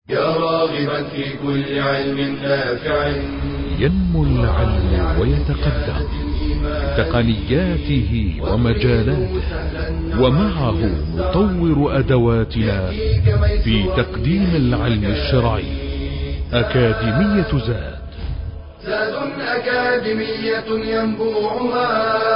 يا راغبا في كل علم نافع ينمو العلم ويتقدم تقنياته ومجالاته، ومعه نطور أدواتنا في تقديم العلم الشرعي. أكاديمية زاد أكاديمية ينبوعها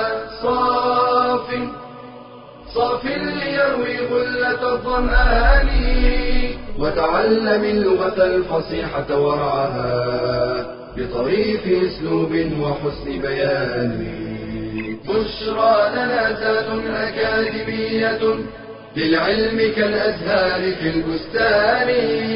صاف ليروي غلة الظمآن، وتعلم اللغة الفصيحة ورعاها بطريف اسلوب وحسن بيان. بشرى لنا زاد أكاديمية للعلم كالأزهار في البستان.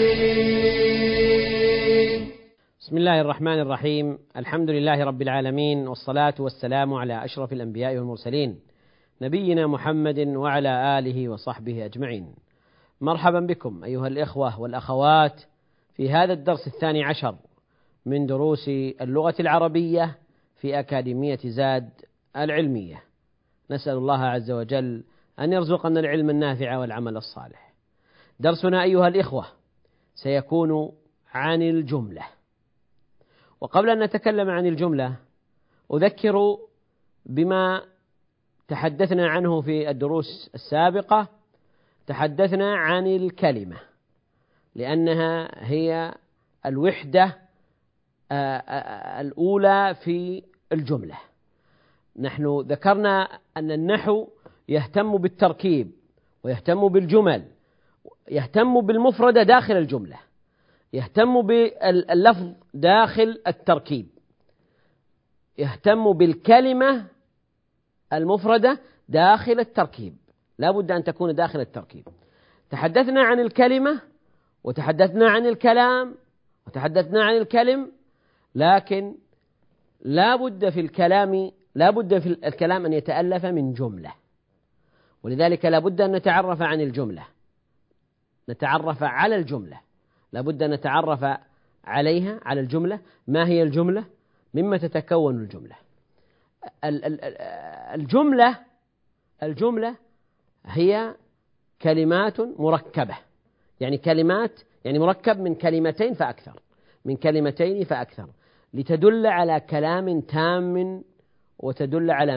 بسم الله الرحمن الرحيم. الحمد لله رب العالمين، والصلاة والسلام على أشرف الأنبياء والمرسلين نبينا محمد وعلى آله وصحبه أجمعين. مرحبا بكم أيها الإخوة والأخوات في هذا الدرس 12 من دروس اللغة العربية في أكاديمية زاد العلمية. نسأل الله عز وجل أن يرزقنا العلم النافع والعمل الصالح. درسنا أيها الإخوة سيكون عن الجملة. وقبل أن نتكلم عن الجملة أذكر بما تحدثنا عنه في الدروس السابقة. تحدثنا عن الكلمة لأنها هي الوحدة الأولى في الجملة. نحن ذكرنا أن النحو يهتم بالتركيب ويهتم بالجمل، يهتم بالمفردة داخل الجملة، يهتم باللفظ داخل التركيب، يهتم بالكلمة المفردة داخل التركيب، لا بد أن تكون داخل التركيب. تحدثنا عن الكلمة وتحدثنا عن الكلام وتحدثنا عن الكلم، لكن لا بد في الكلام أن يتألف من جملة، ولذلك لا بد أن نتعرف عن الجملة، نتعرف على الجملة، لا بد أن نتعرف عليها، على الجملة. ما هي الجملة؟ مما تتكون الجملة؟ الجملة هي كلمات مركبة، يعني مركب من كلمتين فأكثر، لتدل على كلام تام وتدل على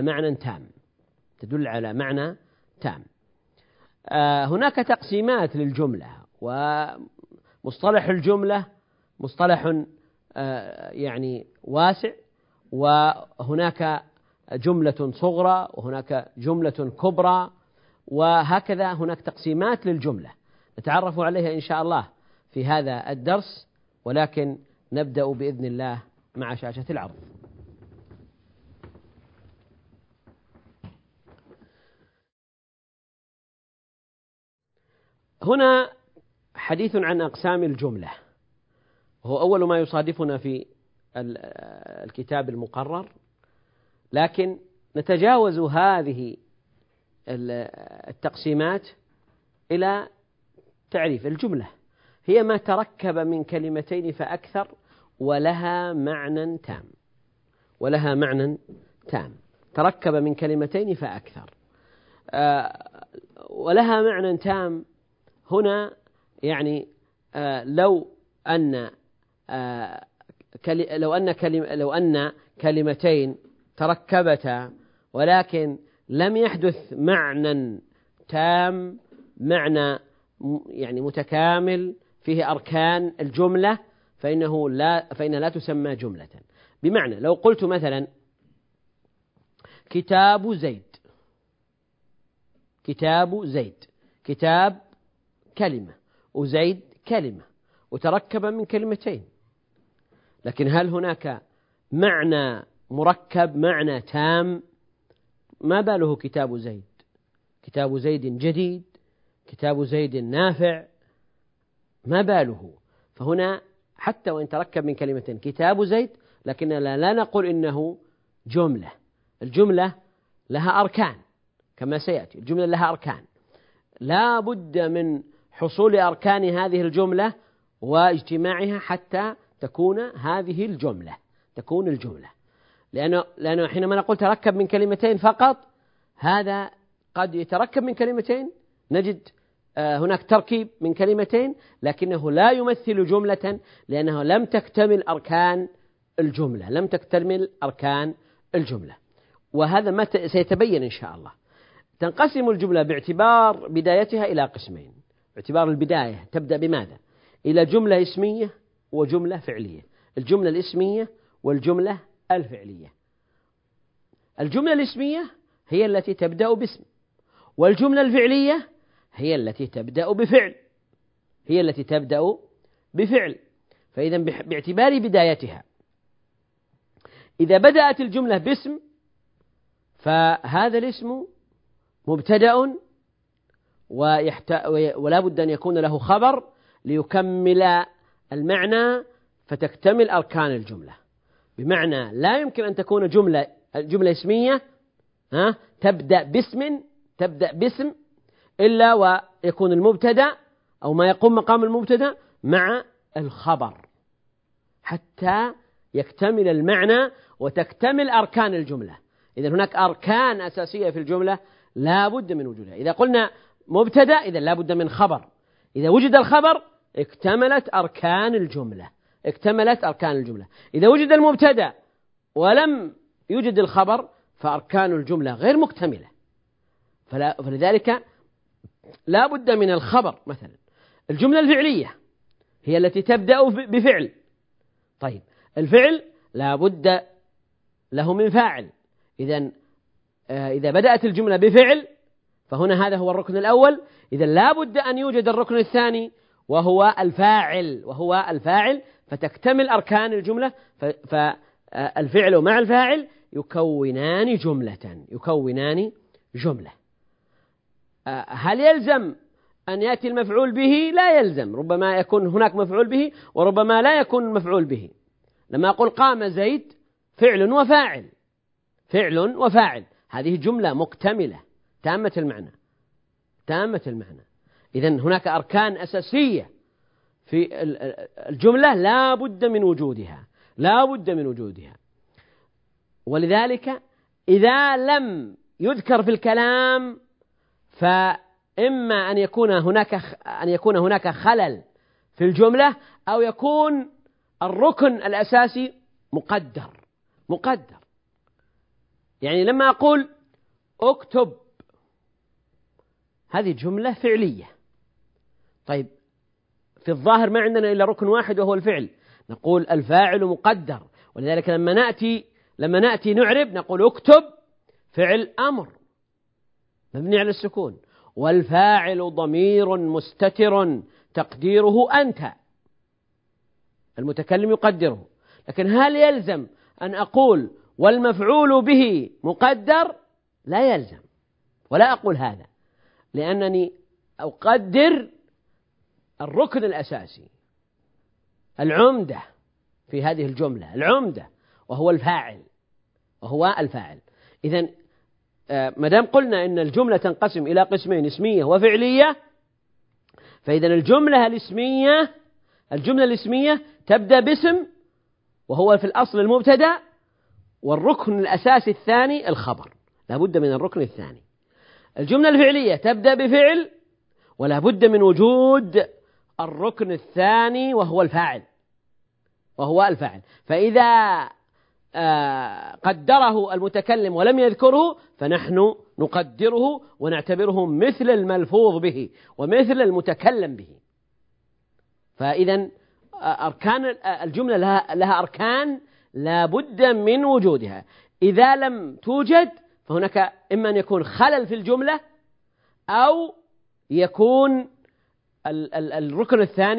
معنى تام. هناك تقسيمات للجملة، ومصطلح الجملة مصطلح يعني واسع، وهناك جملة صغرى وهناك جملة كبرى، وهكذا هناك تقسيمات للجملة نتعرف عليها إن شاء الله في هذا الدرس، ولكن نبدأ بإذن الله مع شاشة العرض. هنا حديث عن أقسام الجملة، وهو أول ما يصادفنا في الكتاب المقرر، لكن نتجاوز هذه التقسيمات إلى تعريف الجملة. هي ما تركب من كلمتين فأكثر ولها معنى تام. تركب من كلمتين فأكثر ولها معنى تام. هنا يعني لو أن كلمتين تركبتا ولكن لم يحدث معنى تام، معنى يعني متكامل فيه أركان الجملة، فإنها لا تسمى جملة. بمعنى لو قلت مثلا كتاب زيد، كتاب كلمة وزيد كلمة وتركب من كلمتين، لكن هل هناك معنى مركب، معنى تام؟ ما باله كتاب زيد؟ كتاب زيد جديد، كتاب زيد نافع، ما باله؟ فهنا حتى وإن تركب من كلمتين كتاب زيد، لكننا لا نقول إنه جملة. الجملة لها أركان كما سيأتي، الجملة لها أركان، لا بد من حصول أركان هذه الجملة واجتماعها حتى تكون هذه الجملة، لأنه حينما نقول تركب من كلمتين فقط، هذا قد يتركب من كلمتين نجد هناك تركيب من كلمتين لكنه لا يمثل جملة، لأنه لم تكتمل أركان الجملة، لم تكتمل أركان الجملة. وهذا ما سيتبين إن شاء الله. تنقسم الجملة باعتبار بدايتها إلى قسمين. باعتبار البداية تبدأ بماذا؟ إلى جملة اسمية وجملة فعلية. الجملة الاسمية والجملة الفعلية. الجملة الاسمية هي التي تبدأ باسم، والجملة الفعلية هي التي تبدأ بفعل، هي التي تبدأ بفعل. فإذا باعتبار بدايتها، إذا بدأت الجملة باسم فهذا الاسم مبتدأ ولا بد أن يكون له خبر ليكمل المعنى فتكتمل أركان الجملة. بمعنى لا يمكن أن تكون جملة اسمية تبدأ باسم إلا ويكون المبتدأ أو ما يقوم مقام المبتدأ مع الخبر حتى يكتمل المعنى وتكتمل أركان الجملة. إذا هناك أركان أساسية في الجملة لا بد من وجودها. إذا قلنا مبتدأ إذا لا بد من خبر، إذا وجد الخبر اكتملت أركان الجملة، اكتملت أركان الجملة. إذا وجد المبتدأ ولم يوجد الخبر فأركان الجملة غير مكتملة. فلذلك لا بد من الخبر. مثلا الجملة الفعلية هي التي تبدأ بفعل. طيب الفعل لا بد له من فاعل. إذا بدأت الجملة بفعل فهنا هذا هو الركن الأول. إذا لا بد أن يوجد الركن الثاني وهو الفاعل فتكتمل أركان الجملة. فالفعل مع الفاعل يكونان جملة. هل يلزم أن يأتي المفعول به؟ لا يلزم. ربما يكون هناك مفعول به وربما لا يكون مفعول به. لما أقول قام زيد فعل وفاعل هذه جملة مكتملة تامة المعنى. إذن هناك أركان أساسية في الجملة لا بد من وجودها. ولذلك إذا لم يذكر في الكلام فإما أن يكون هناك خلل في الجملة أو يكون الركن الأساسي مقدر. يعني لما أقول اكتب هذه جملة فعلية. طيب في الظاهر ما عندنا إلا ركن واحد وهو الفعل، نقول الفاعل مقدر. ولذلك لما نأتي نعرب نقول اكتب فعل أمر مبني على السكون، والفاعل ضمير مستتر تقديره أنت، المتكلم يقدره. لكن هل يلزم أن أقول والمفعول به مقدر؟ لا يلزم، ولا أقول هذا، لأنني أقدر الركن الأساسي العمدة في هذه الجملة، العمدة وهو الفاعل. إذن مدام قلنا إن الجملة تنقسم إلى قسمين اسمية وفعلية، فإذن الجملة الاسمية تبدأ باسم وهو في الأصل المبتدأ، والركن الأساسي الثاني الخبر، لا بد من الركن الثاني. الجملة الفعلية تبدأ بفعل ولا بد من وجود الركن الثاني وهو الفاعل. فإذا قدره المتكلم ولم يذكره فنحن نقدره ونعتبره مثل الملفوظ به ومثل المتكلم به. فإذا أركان الجملة لها أركان لا بد من وجودها. إذا لم توجد فهناك إما أن يكون خلل في الجملة أو يكون الركن الثاني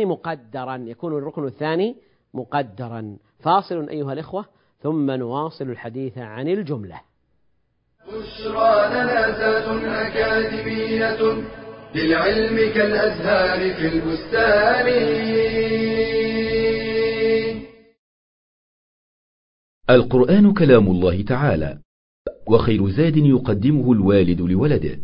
مقدرا. فاصل أيها الإخوة ثم نواصل الحديث عن الجملة. بشرى لنا ذات أكاديمية للعلم كالأزهار في البستان. القرآن كلام الله تعالى، وخير زاد يقدمه الوالد لولده،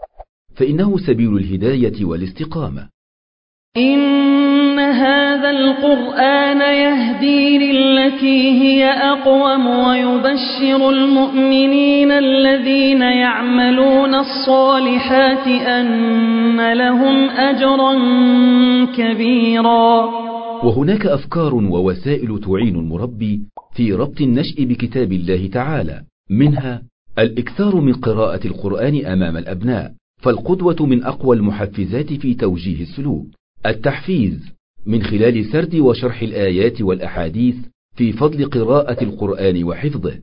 فإنه سبيل الهداية والاستقامة. إن هذا القرآن يهدي للتي هي أقوم ويبشر المؤمنين الذين يعملون الصالحات أن لهم أجرا كبيرا. وهناك أفكار ووسائل تعين المربي في ربط النشء بكتاب الله تعالى، منها الإكثار من قراءة القرآن أمام الأبناء، فالقدوة من أقوى المحفزات في توجيه السلوك. التحفيز من خلال سرد وشرح الآيات والأحاديث في فضل قراءة القرآن وحفظه.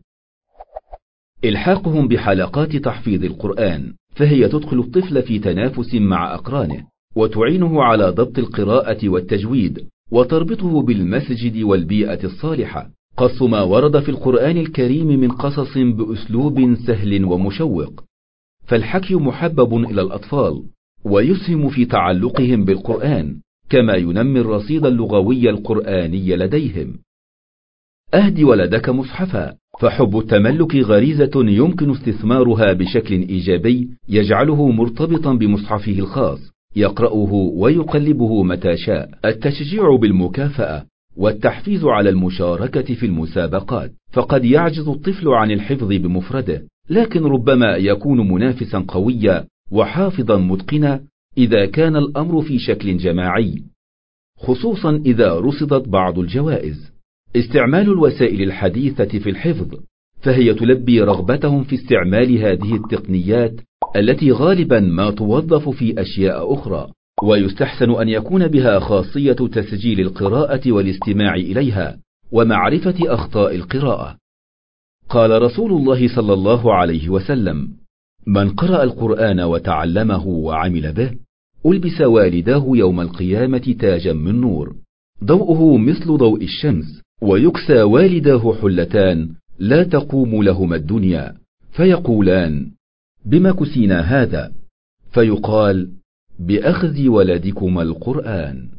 إلحاقهم بحلقات تحفيظ القرآن، فهي تدخل الطفل في تنافس مع أقرانه، وتعينه على ضبط القراءة والتجويد، وتربطه بالمسجد والبيئة الصالحة. قص ما ورد في القرآن الكريم من قصص بأسلوب سهل ومشوق، فالحكي محبب إلى الأطفال ويسهم في تعلقهم بالقرآن، كما ينمي الرصيد اللغوي القرآني لديهم. أهدي ولدك مصحفا، فحب التملك غريزة يمكن استثمارها بشكل إيجابي يجعله مرتبطا بمصحفه الخاص، يقرأه ويقلبه متى شاء. التشجيع بالمكافأة والتحفيز على المشاركة في المسابقات، فقد يعجز الطفل عن الحفظ بمفرده، لكن ربما يكون منافسا قويا وحافظا متقنا إذا كان الأمر في شكل جماعي، خصوصا إذا رصدت بعض الجوائز. استعمال الوسائل الحديثة في الحفظ، فهي تلبي رغبتهم في استعمال هذه التقنيات التي غالبا ما توظف في أشياء أخرى، ويستحسن أن يكون بها خاصية تسجيل القراءة والاستماع إليها ومعرفة أخطاء القراءة. قال رسول الله صلى الله عليه وسلم: من قرأ القرآن وتعلمه وعمل به ألبس والداه يوم القيامة تاجا من نور ضوءه مثل ضوء الشمس، ويكسى والداه حلتان لا تقوم لهما الدنيا، فيقولان: بما كسينا هذا؟ فيقال: بأخذ ولدكما القرآن.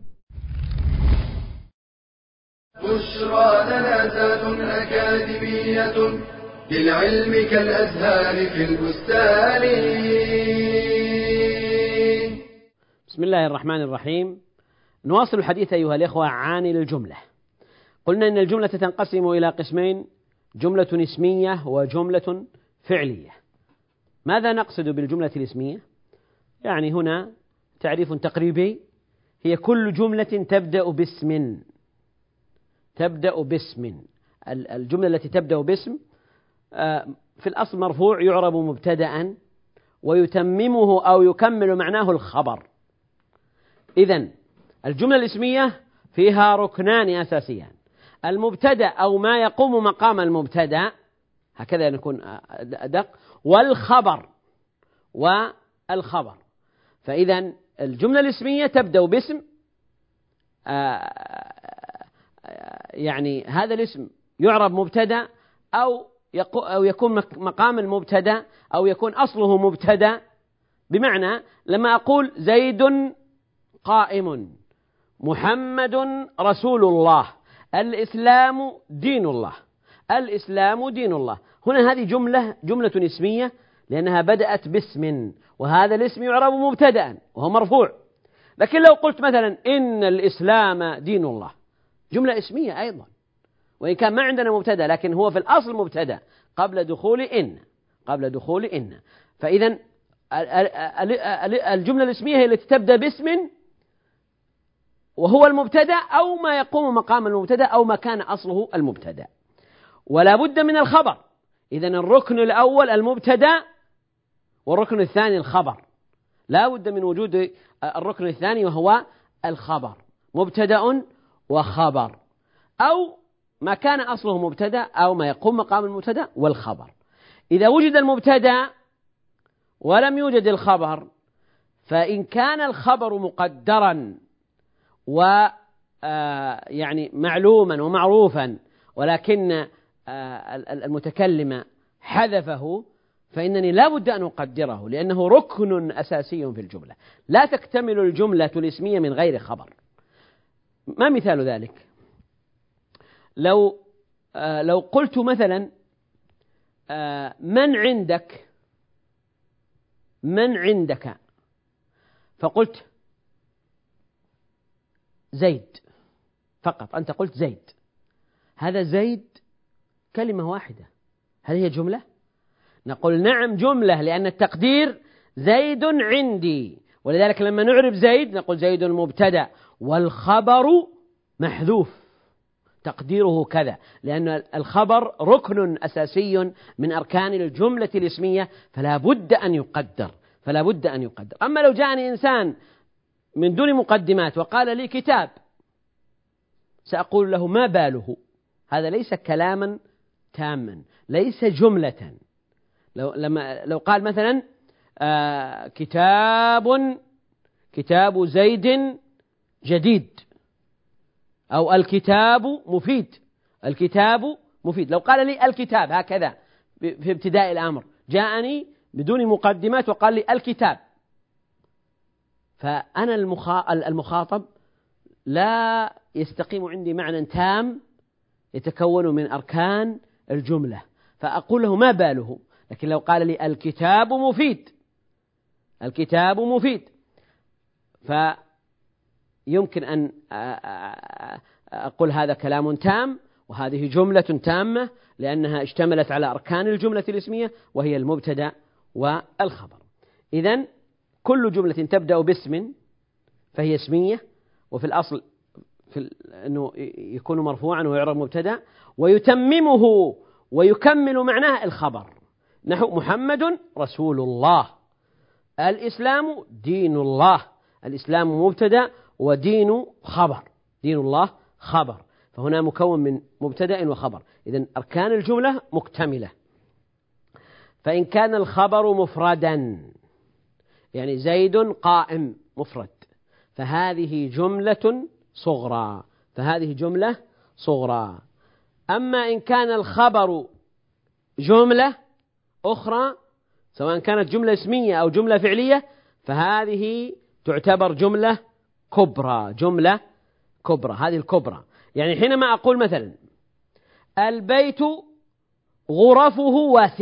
بشرى لنا ذات أكاديمية للعلم كالأزهار في البستان. بسم الله الرحمن الرحيم. نواصل الحديث أيها الإخوة عن الجملة. قلنا إن الجملة تنقسم إلى قسمين: جملة اسمية وجملة فعلية. ماذا نقصد بالجملة الاسمية؟ يعني هنا تعريف تقريبي: هي كل جملة تبدأ باسم. الجملة التي تبدأ باسم في الأصل مرفوع يعرب مبتدأ ويتممه أو يكمل معناه الخبر. إذن الجملة الاسمية فيها ركنان أساسيان: المبتدأ أو ما يقوم مقام المبتدأ، هكذا نكون أدق، والخبر. فإذن الجملة الاسمية تبدأ باسم، يعني هذا الاسم يعرب مبتدأ أو يكون مقام المبتدأ أو يكون أصله مبتدأ. بمعنى لما أقول زيد قائم، محمد رسول الله، الإسلام دين الله، الإسلام دين الله، هنا هذه جملة اسمية لأنها بدأت باسم، وهذا الاسم يعرب مبتدأ وهو مرفوع. لكن لو قلت مثلا إن الإسلام دين الله، جملة اسمية أيضا، وإن كان ما عندنا مبتدأ لكن هو في الأصل مبتدأ قبل دخول إن. فإذا الجملة الاسمية هي التي تبدأ باسم وهو المبتدأ أو ما يقوم مقام المبتدأ أو ما كان أصله المبتدأ، ولا بد من الخبر. إذن الركن الأول المبتدأ والركن الثاني الخبر، لا بد من وجود الركن الثاني وهو الخبر، مبتدأ وخبر، أو ما كان أصله مبتدأ أو ما يقوم مقام المبتدأ والخبر. إذا وجد المبتدأ ولم يوجد الخبر، فإن كان الخبر مقدرا يعني معلوما ومعروفا ولكن المتكلم حذفه، فإنني لا بد أن أقدره لأنه ركن أساسي في الجملة. لا تكتمل الجملة الاسمية من غير خبر. ما مثال ذلك؟ لو قلت مثلا من عندك، فقلت زيد، فقط، أنت قلت زيد، هذا زيد كلمة واحدة، هل هي جملة؟ نقول نعم جملة، لأن التقدير زيد عندي، ولذلك لما نعرب زيد نقول زيد مبتدأ والخبر محذوف تقديره كذا، لأن الخبر ركن أساسي من أركان الجملة الاسمية، فلا بد أن يقدر. أما لو جاءني إنسان من دون مقدمات وقال لي كتاب، سأقول له ما باله، هذا ليس كلاما تاما، ليس جملة. لو قال مثلا كتاب زيد جديد، أو الكتاب مفيد، لو قال لي الكتاب هكذا في ابتداء الأمر، جاءني بدون مقدمات وقال لي الكتاب، فأنا المخاطب لا يستقيم عندي معنى تام يتكون من أركان الجملة، فأقول له ما باله. لكن لو قال لي الكتاب مفيد، فيمكن أن أقول هذا كلام تام، وهذه جملة تامة، لأنها اشتملت على أركان الجملة الاسمية وهي المبتدأ والخبر. إذن كل جملة تبدأ باسم فهي اسمية، وفي الأصل أنه يكون مرفوعا ويعرب مبتدأ، ويتممه ويكمل معناه الخبر، نحو محمد رسول الله، الإسلام دين الله، الإسلام مبتدأ ودين خبر، دين الله خبر، فهنا مكون من مبتدأ وخبر. إذن أركان الجملة مكتملة. فإن كان الخبر مفردا، يعني زيد قائم مفرد، فهذه جملة صغرى. أما إن كان الخبر جملة أخرى، سواء كانت جملة اسمية أو جملة فعلية، فهذه تعتبر جملة كبرى. هذه الكبرى، يعني حينما أقول مثلا البيت غرفه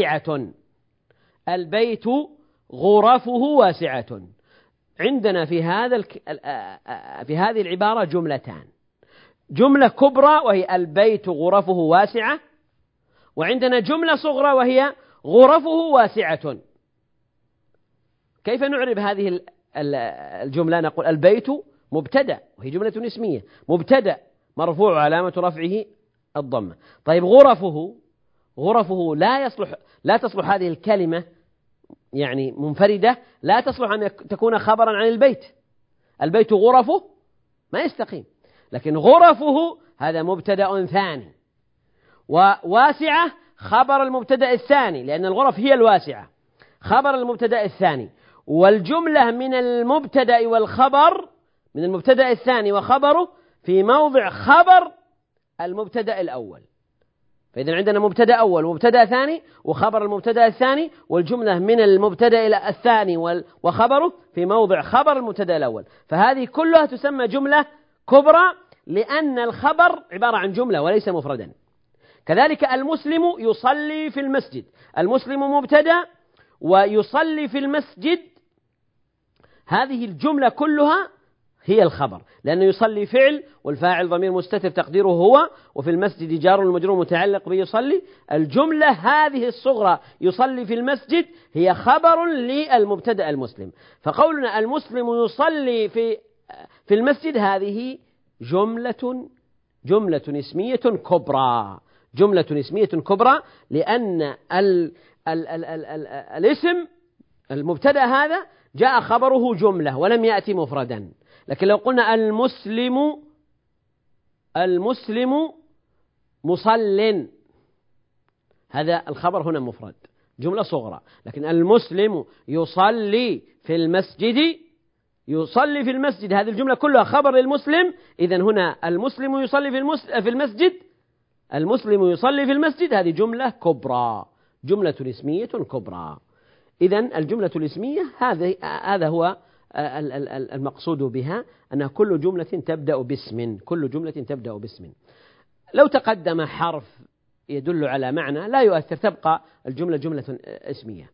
واسعة، عندنا في هذه العبارة جملتان، جملة كبرى وهي البيت غرفه واسعة، وعندنا جملة صغرى وهي غرفه واسعة. كيف نعرب هذه الجملة؟ نقول البيت مبتدأ وهي جملة اسمية، مبتدأ مرفوع علامة رفعه الضمة. طيب غرفه لا تصلح هذه الكلمة يعني منفردة، لا تصلح أن تكون خبرا عن البيت غرفه ما يستقيم، لكن غرفه هذا مبتدأ ثاني، وواسعة خبر المبتدأ الثاني، لأن الغرف هي الواسعة، خبر المبتدأ الثاني، والجملة من المبتدأ والخبر، من المبتدأ الثاني وخبره في موضع خبر المبتدأ الأول. فإذا عندنا مبتدأ أول ومبتدأ ثاني وخبر المبتدأ الثاني، والجملة من المبتدأ الثاني وخبره في موضع خبر المبتدأ الأول، فهذه كلها تسمى جملة كبرى، لأن الخبر عبارة عن جملة وليس مفردا. كذلك المسلم يصلي في المسجد، المسلم مبتدأ ويصلي في المسجد، هذه الجملة كلها هي الخبر، لأنه يصلي فعل والفاعل ضمير مستتر تقديره هو، وفي المسجد جار المجرور متعلق بيصلي. الجملة هذه الصغرى يصلي في المسجد هي خبر للمبتدأ المسلم، فقولنا المسلم يصلي في المسجد هذه جملة اسمية كبرى، لأن الاسم المبتدأ هذا جاء خبره جملة ولم يأتي مفردا. لكن لو قلنا المسلم مصل، هذا الخبر هنا مفرد جملة صغرى، لكن المسلم يصلي في المسجد هذه الجملة كلها خبر للمسلم. إذن هنا المسلم يصلي في المسجد هذه جملة كبرى، جملة اسمية كبرى. إذن الجملة الاسمية هذا هو المقصود بها، أن كل جملة تبدأ باسم، لو تقدم حرف يدل على معنى لا يؤثر، تبقى الجملة جملة اسمية.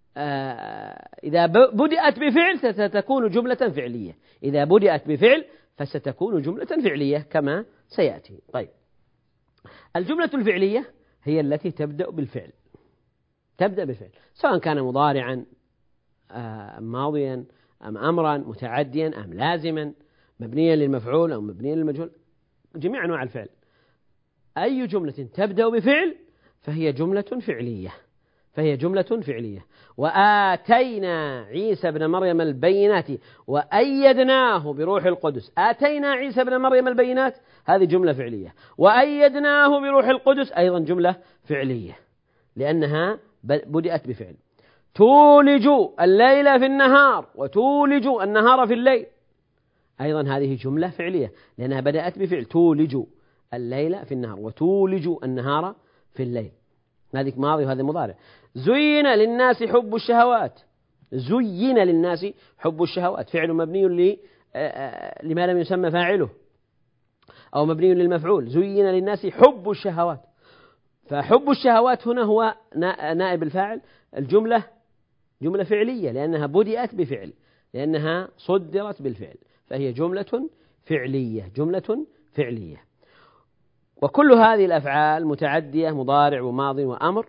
إذا بدأت بفعل ستكون جملة فعلية، إذا بدأت بفعل فستكون جملة فعلية كما سيأتي. طيب، الجملة الفعلية هي التي تبدأ بالفعل، تبدأ بالفعل سواء كان مضارعا ماضيا أم أمرا متعديا أم لازما، مبنيا للمفعول أو مبنيا للمجهول، جميع أنواع الفعل. أي جملة تبدأ بفعل فهي جملة فعلية، فهي جملة فعلية. وآتينا عيسى ابن مريم البينات وأيدناه بروح القدس. آتينا عيسى ابن مريم البينات، هذه جملة فعلية. وأيدناه بروح القدس أيضا جملة فعلية لأنها بدأت بفعل. تولج الليل في النهار وتولج النهار في الليل، أيضا هذه جملة فعلية لأنها بدأت بفعل. تولج الليل في النهار وتولج النهار في الليل، هذه ماضي وهذا مضارع. زين للناس حب الشهوات. زين للناس حب الشهوات، فعل مبني لما لم يسمى فاعله أو مبني للمفعول. زين للناس حب الشهوات، فحب الشهوات هنا هو نائب الفاعل. الجملة جملة فعلية لأنها بدأت بفعل، لأنها صدرت بالفعل، فهي جملة فعلية، جملة فعلية. وكل هذه الأفعال متعدية، مضارع وماضي وأمر،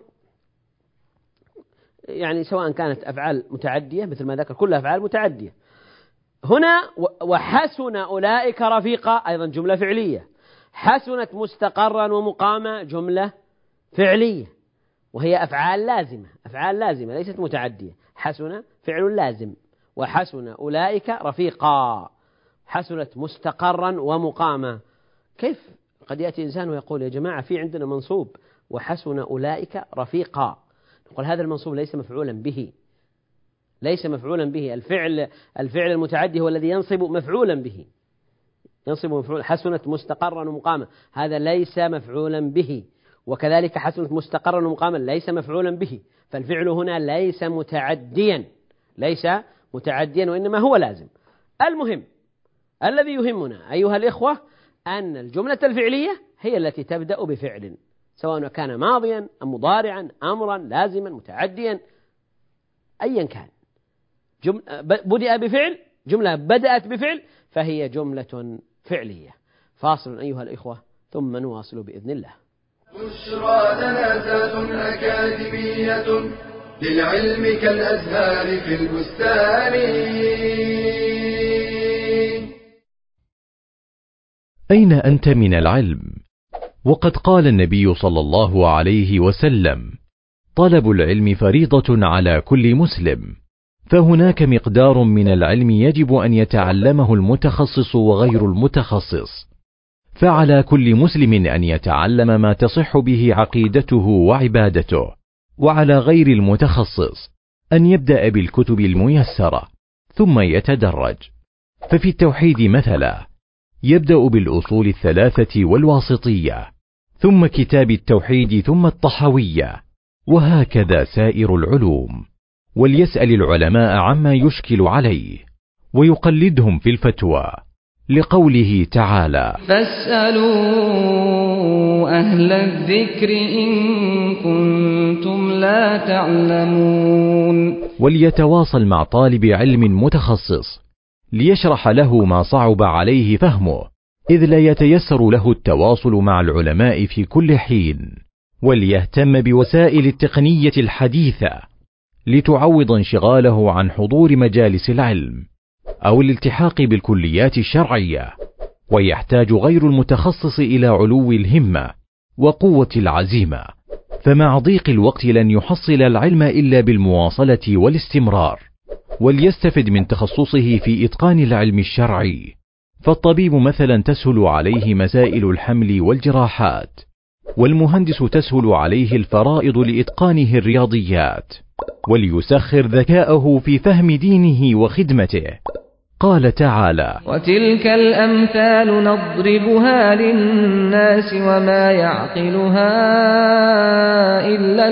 يعني سواء كانت أفعال متعدية مثل ما ذكر كل أفعال متعدية. هنا وحسن أولئك رفيقا أيضا جملة فعلية. حسنت مستقرا ومقاما جملة فعلية، وهي أفعال لازمة، أفعال لازمة ليست متعدية. حسن فعل لازم، وحسن أولئك رفيقا. حسنت مستقرا ومقاما. كيف قد يأتي إنسان ويقول يا جماعة في عندنا منصوب وحسن أولئك رفيقا، نقول هذا المنصوب ليس مفعولا به، ليس مفعولا به. الفعل المتعدي هو الذي ينصب مفعولا به، ينصب مفعول. حسنت مستقرا ومقاما هذا ليس مفعولا به، وكذلك حسنت مستقرا ومقاما ليس مفعولا به. فالفعل هنا ليس متعديا، ليس متعديا وإنما هو لازم. المهم الذي يهمنا أيها الإخوة أن الجملة الفعلية هي التي تبدأ بفعل، سواء كان ماضيا أم مضارعا أمرا لازما متعديا أيا كان. بدأ بفعل، جملة بدأت بفعل فهي جملة فعلية. فاصل أيها الإخوة ثم نواصل بإذن الله. بشرى لنا ذات أكاديمية للعلم كالأزهار في البستان. أين أنت من العلم؟ وقد قال النبي صلى الله عليه وسلم: طلب العلم فريضة على كل مسلم، فهناك مقدار من العلم يجب أن يتعلمه المتخصص وغير المتخصص، فعلى كل مسلم أن يتعلم ما تصح به عقيدته وعبادته، وعلى غير المتخصص أن يبدأ بالكتب الميسرة ثم يتدرج. ففي التوحيد مثلا يبدأ بالأصول الثلاثة والواسطية، ثم كتاب التوحيد، ثم الطحوية، وهكذا سائر العلوم. وليسأل العلماء عما يشكل عليه ويقلدهم في الفتوى، لقوله تعالى: فاسألوا أهل الذكر إن كنتم لا تعلمون. وليتواصل مع طالب علم متخصص ليشرح له ما صعب عليه فهمه، إذ لا يتيسر له التواصل مع العلماء في كل حين. وليهتم بوسائل التقنية الحديثة لتعوض انشغاله عن حضور مجالس العلم أو الالتحاق بالكليات الشرعية. ويحتاج غير المتخصص إلى علو الهمة وقوة العزيمة، فمع ضيق الوقت لن يحصل العلم إلا بالمواصلة والاستمرار. وليستفد من تخصصه في إتقان العلم الشرعي، فالطبيب مثلا تسهل عليه مسائل الحمل والجراحات، والمهندس تسهل عليه الفرائض لإتقانه الرياضيات. وليسخر ذكاءه في فهم دينه وخدمته. قال تعالى: وتلك الأمثال نضربها للناس وما يعقلها إلا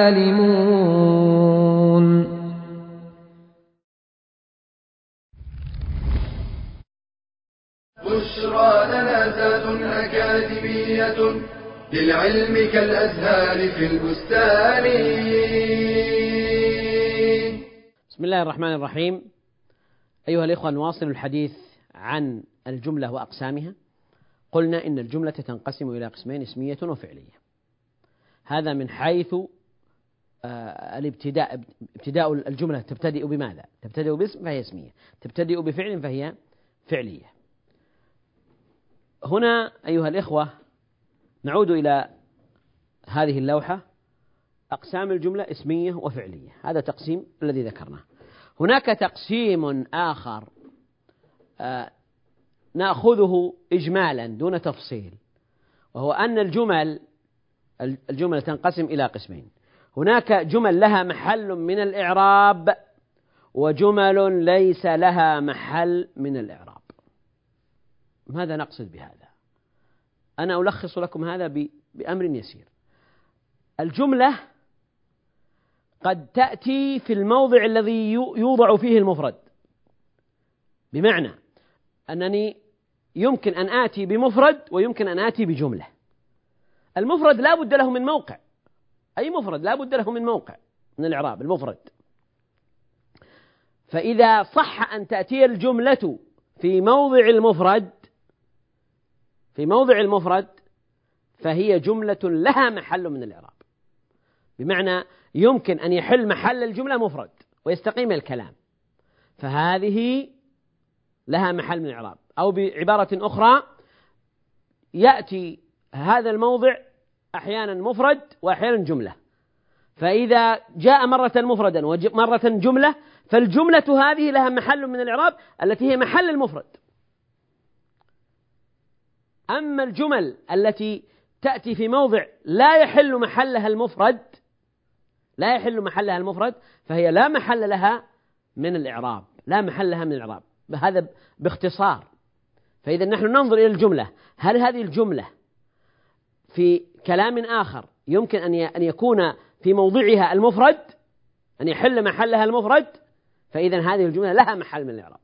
العالمون. بشرى لنا ذات أكاديمية للعلم كالأزهار في البستان. بسم الله الرحمن الرحيم. أيها الإخوة، نواصل الحديث عن الجملة وأقسامها، قلنا إن الجملة تنقسم إلى قسمين: اسمية وفعلية. هذا من حيث الابتداء. ابتداء الجملة تبتدئ بماذا؟ تبتدئ باسم فهي اسمية، تبتدئ بفعل فهي فعلية. هنا أيها الإخوة نعود إلى هذه اللوحة: أقسام الجملة اسمية وفعلية. هذا تقسيم الذي ذكرناه. هناك تقسيم آخر نأخذه إجمالا دون تفصيل، وهو أن الجمل تنقسم إلى قسمين: هناك جمل لها محل من الإعراب، وجمل ليس لها محل من الإعراب. ماذا نقصد بهذا؟ أنا ألخص لكم هذا بأمر يسير. الجملة قد تأتي في الموضع الذي يوضع فيه المفرد، بمعنى أنني يمكن أن آتي بمفرد ويمكن أن آتي بجملة. المفرد لا بد له من موقع، أي مفرد لا بد له من موقع من الإعراب المفرد. فإذا صح أن تأتي الجملة في موضع المفرد فهي جملة لها محل من الإعراب، بمعنى يمكن أن يحل محل الجملة مفرد ويستقيم الكلام، فهذه لها محل من الإعراب. أو بعبارة أخرى، يأتي هذا الموضع أحيانا مفرد وأحيانا جملة، فإذا جاء مرة مفردا ومرة جملة فالجملة هذه لها محل من الإعراب التي هي محل المفرد. أما الجمل التي تأتي في موضع لا يحل محلها المفرد فهي لا محل لها من الإعراب، لا محل لها من الإعراب. هذا باختصار. فإذا نحن ننظر إلى الجملة: هل هذه الجملة في كلام آخر يمكن أن يكون في موضعها المفرد، أن يحل محلها المفرد، فإذا هذه الجملة لها محل من الإعراب.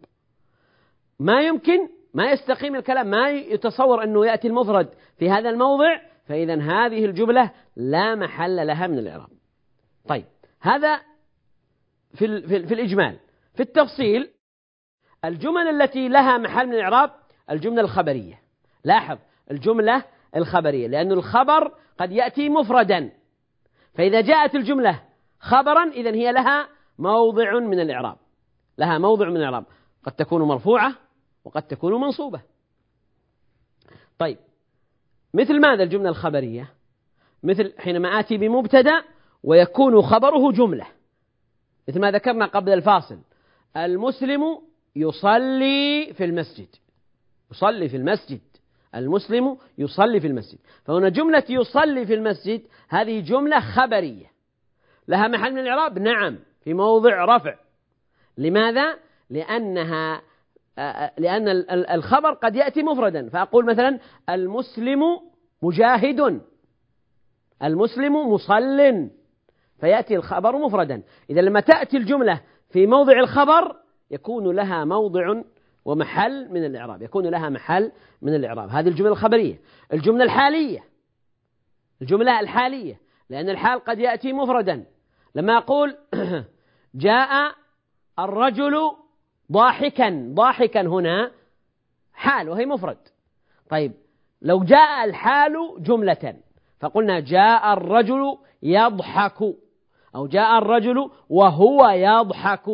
ما يستقيم الكلام، ما يتصور أنه يأتي المفرد في هذا الموضع، فإذا هذه الجملة لا محل لها من الإعراب. طيب، هذا في الإجمال. في التفصيل: الجمل التي لها محل من الإعراب الجملة الخبرية. لاحظ، الجملة الخبرية، لأن الخبر قد يأتي مفردا، فإذا جاءت الجملة خبرا إذن هي لها موضع من الإعراب، قد تكون مرفوعة وقد تكون منصوبة. طيب، مثل ماذا الجملة الخبرية؟ مثل حينما آتي بمبتدأ ويكون خبره جملة، مثل ما ذكرنا قبل الفاصل: المسلم يصلي في المسجد، المسلم يصلي في المسجد. فهنا جملة يصلي في المسجد هذه جملة خبرية لها محل من الإعراب، نعم، في موضع رفع. لماذا؟ لأن الخبر قد يأتي مفردا، فأقول مثلا: المسلم مجاهد، المسلم مصل، فيأتي الخبر مفردا. إذا لما تأتي الجملة في موضع الخبر يكون لها موضع ومحل من الإعراب، هذه الجملة الخبرية. الجملة الحالية، لأن الحال قد يأتي مفردا. لما أقول جاء الرجل ضاحكا هنا حال وهي مفرد. طيب، لو جاء الحال جملة فقلنا جاء الرجل يضحك، أو جاء الرجل وهو يضحك،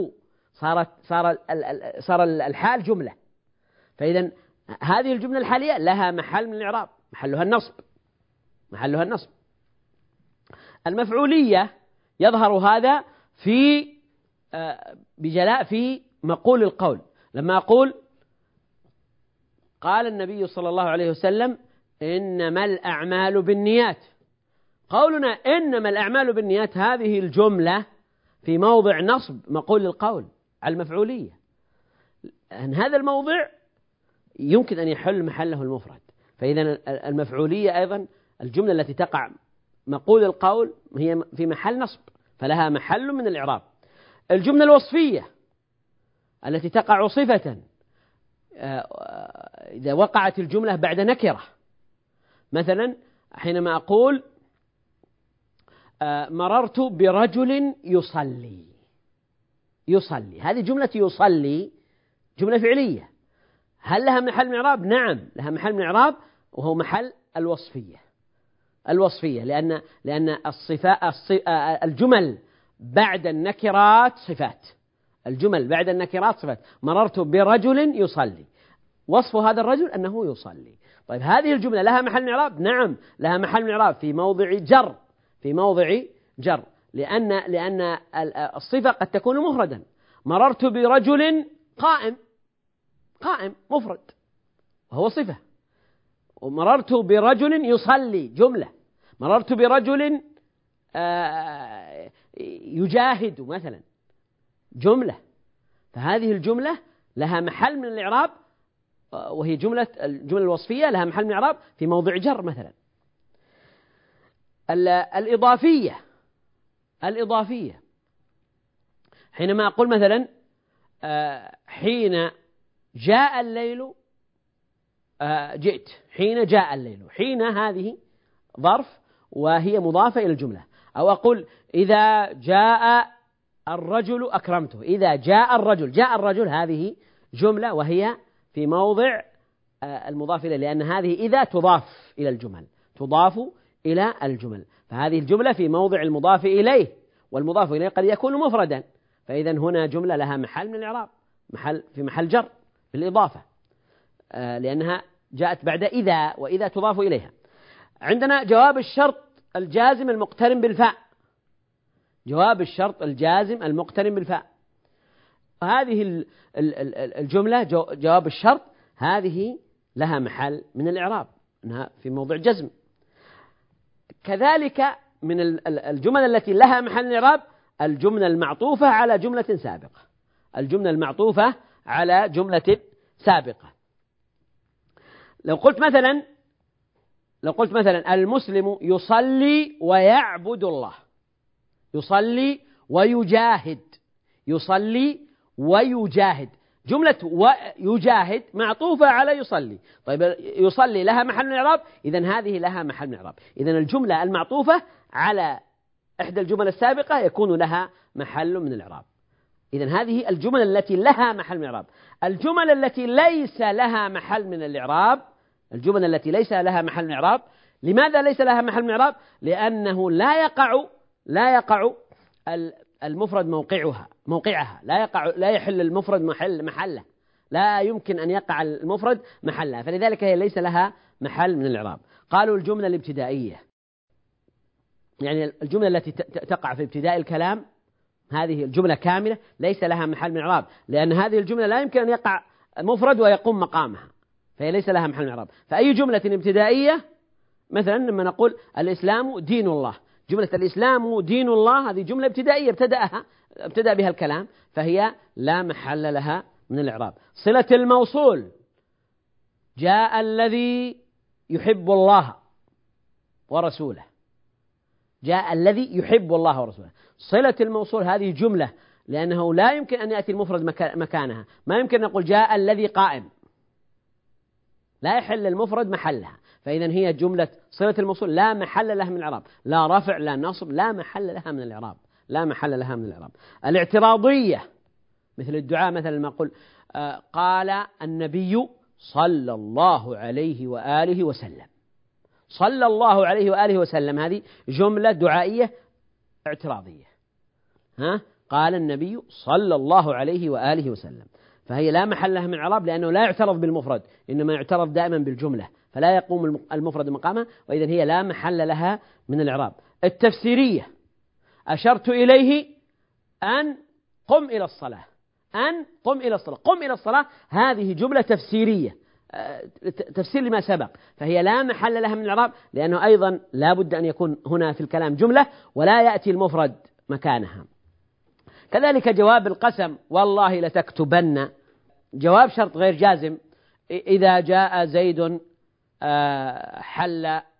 صار الحال جملة. فإذا هذه الجملة الحالية لها محل من الإعراب، محلها النصب. المفعولية يظهر هذا بجلاء في مقول القول. لما أقول قال النبي صلى الله عليه وسلم: إنما الأعمال بالنيات، قولنا إنما الأعمال بالنيات هذه الجملة في موضع نصب مقول القول على المفعولية. أن هذا الموضع يمكن أن يحل محله المفرد، فإذا المفعولية أيضا الجملة التي تقع مقول القول هي في محل نصب، فلها محل من الإعراب. الجملة الوصفية التي تقع صفة إذا وقعت الجملة بعد نكرة، مثلا حينما أقول مررت برجل يصلي، هذه جملة يصلي جملة فعلية، هل لها محل من الإعراب؟ نعم لها محل من الإعراب، وهو محل الوصفية لأن الجمل بعد النكرات صفات. الجمل بعد النكرات صفات. مررت برجل يصلي، وصف هذا الرجل أنه يصلي. طيب هذه الجملة لها محل من الإعراب؟ نعم لها محل من الإعراب في موضع جر لأن الصفة قد تكون مفردا. مررت برجل قائم مفرد وهو صفة. ومررت برجل يصلي جملة. مررت برجل يجاهد مثلا جملة. فهذه الجملة لها محل من الإعراب، وهي الجملة الوصفية لها محل من الإعراب في موضع جر مثلا. الإضافية حينما أقول مثلا حين جاء الليل جئت، حين جاء الليل، حين هذه ظرف وهي مضافة إلى الجملة. أو أقول إذا جاء الرجل أكرمته، إذا جاء الرجل هذه جملة وهي في موضع المضاف إليه، لأن هذه إذا تضاف إلى الجمل، فهذه الجملة في موضع المضاف إليه، والمضاف إليه قد يكون مفردا، فإذا هنا جملة لها محل من الإعراب، في محل جر بالإضافة، لأنها جاءت بعد إذا، وإذا تضاف إليها. عندنا جواب الشرط الجازم المقترن بالفاء. جواب الشرط الجازم المقترن بالفاء، هذه الجملة جواب الشرط هذه لها محل من الإعراب، أنها في موضع جزم. كذلك من الجمل التي لها محل من الإعراب الجملة المعطوفة على جملة سابقة. الجملة المعطوفة على جملة سابقة. لو قلت مثلا المسلم يصلي ويعبد الله، يصلي ويجاهد، جملة ويجاهد معطوفة على يصلي. طيب يصلي لها محل من الإعراب، إذن هذه لها محل من الإعراب. إذن الجملة المعطوفة على إحدى الجمل السابقة يكون لها محل من الإعراب. إذن هذه الجمل التي لها محل من الإعراب. الجمل التي ليس لها محل من الإعراب، الجمل التي ليس لها محل من الإعراب، لماذا ليس لها محل من الإعراب؟ لأنه لا يقع المفرد موقعها، لا يحل المفرد محله، لا يمكن أن يقع المفرد محلها، فلذلك هي ليس لها محل من الإعراب. قالوا الجملة الابتدائية، يعني الجملة التي تقع في ابتداء الكلام، هذه الجملة كاملة ليس لها محل من الإعراب، لأن هذه الجملة لا يمكن أن يقع مفرد ويقوم مقامها، فهي ليس لها محل من الإعراب. فأي جملة ابتدائية، مثلا لما نقول الإسلام دين الله، جملة الإسلام دين الله هذه جملة ابتدائية ابتدأ بها الكلام، فهي لا محل لها من الإعراب. صلة الموصول، جاء الذي يحب الله ورسوله، جاء الذي يحب الله ورسوله. صلة الموصول هذه جملة، لأنه لا يمكن أن يأتي المفرد مكانها، ما يمكن أن نقول جاء الذي قائم، لا يحل المفرد محلها، فإذا هي جملة صلة الموصول لا محل لها من الإعراب، لا رفع لا نصب، لا محل لها من الإعراب، لا محل لها من الإعراب. الاعتراضية مثل الدعاء، مثلا ما أقول قال النبي صلى الله عليه وآله وسلم، صلى الله عليه وآله وسلم هذه جملة دعائية اعتراضية، قال النبي صلى الله عليه وآله وسلم، فهي لا محل لها من الإعراب، لأنه لا يعترض بالمفرد، إنما يعترض دائما بالجملة، فلا يقوم المفرد مقامها، وإذن هي لا محل لها من الإعراب. التفسيرية، أشرت إليه أن قم إلى الصلاة، قم إلى الصلاة هذه جملة تفسيرية، تفسير لما سبق، فهي لا محل لها من الإعراب، لأنه أيضا لا بد أن يكون هنا في الكلام جملة ولا يأتي المفرد مكانها. كذلك جواب القسم، والله لتكتبن، جواب شرط غير جازم، إذا جاء زيد حل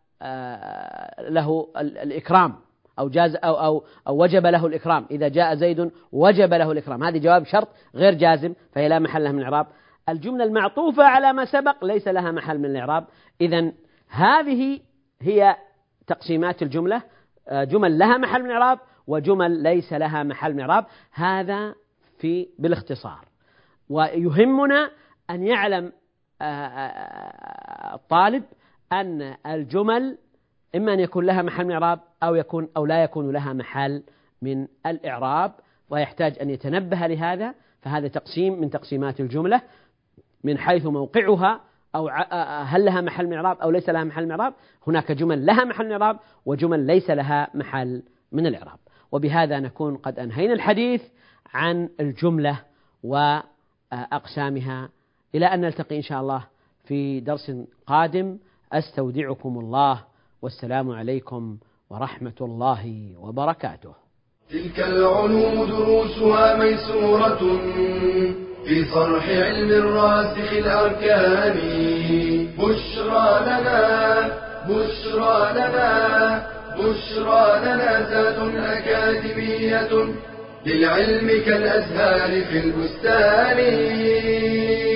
له الإكرام، أو جاز أو وجب له الإكرام، إذا جاء زيد وجب له الإكرام، هذه جواب شرط غير جازم، فهي لا محل لها من الإعراب. الجملة المعطوفة على ما سبق ليس لها محل من الإعراب. إذن هذه هي تقسيمات الجملة، جمل لها محل من الإعراب وجمل ليس لها محل من الإعراب، هذا بالاختصار. ويهمنا أن يعلم الطالب أن الجمل إما أن يكون لها محل من الإعراب أو لا يكون لها محل من الإعراب، ويحتاج أن يتنبه لهذا. فهذا تقسيم من تقسيمات الجملة من حيث موقعها، أو هل لها محل من الإعراب أو ليس لها محل من الإعراب. هناك جمل لها محل من الإعراب وجمل ليس لها محل من الإعراب. وبهذا نكون قد أنهينا الحديث عن الجملة وأقسامها، إلى أن نلتقي إن شاء الله في درس قادم. أستودعكم الله، والسلام عليكم ورحمة الله وبركاته. تلك العلوم دروسها ميسورة في صرح علم الراسخ الأركان. بشرى لنا زاد أكاديمية للعلم كالأزهار في البستان.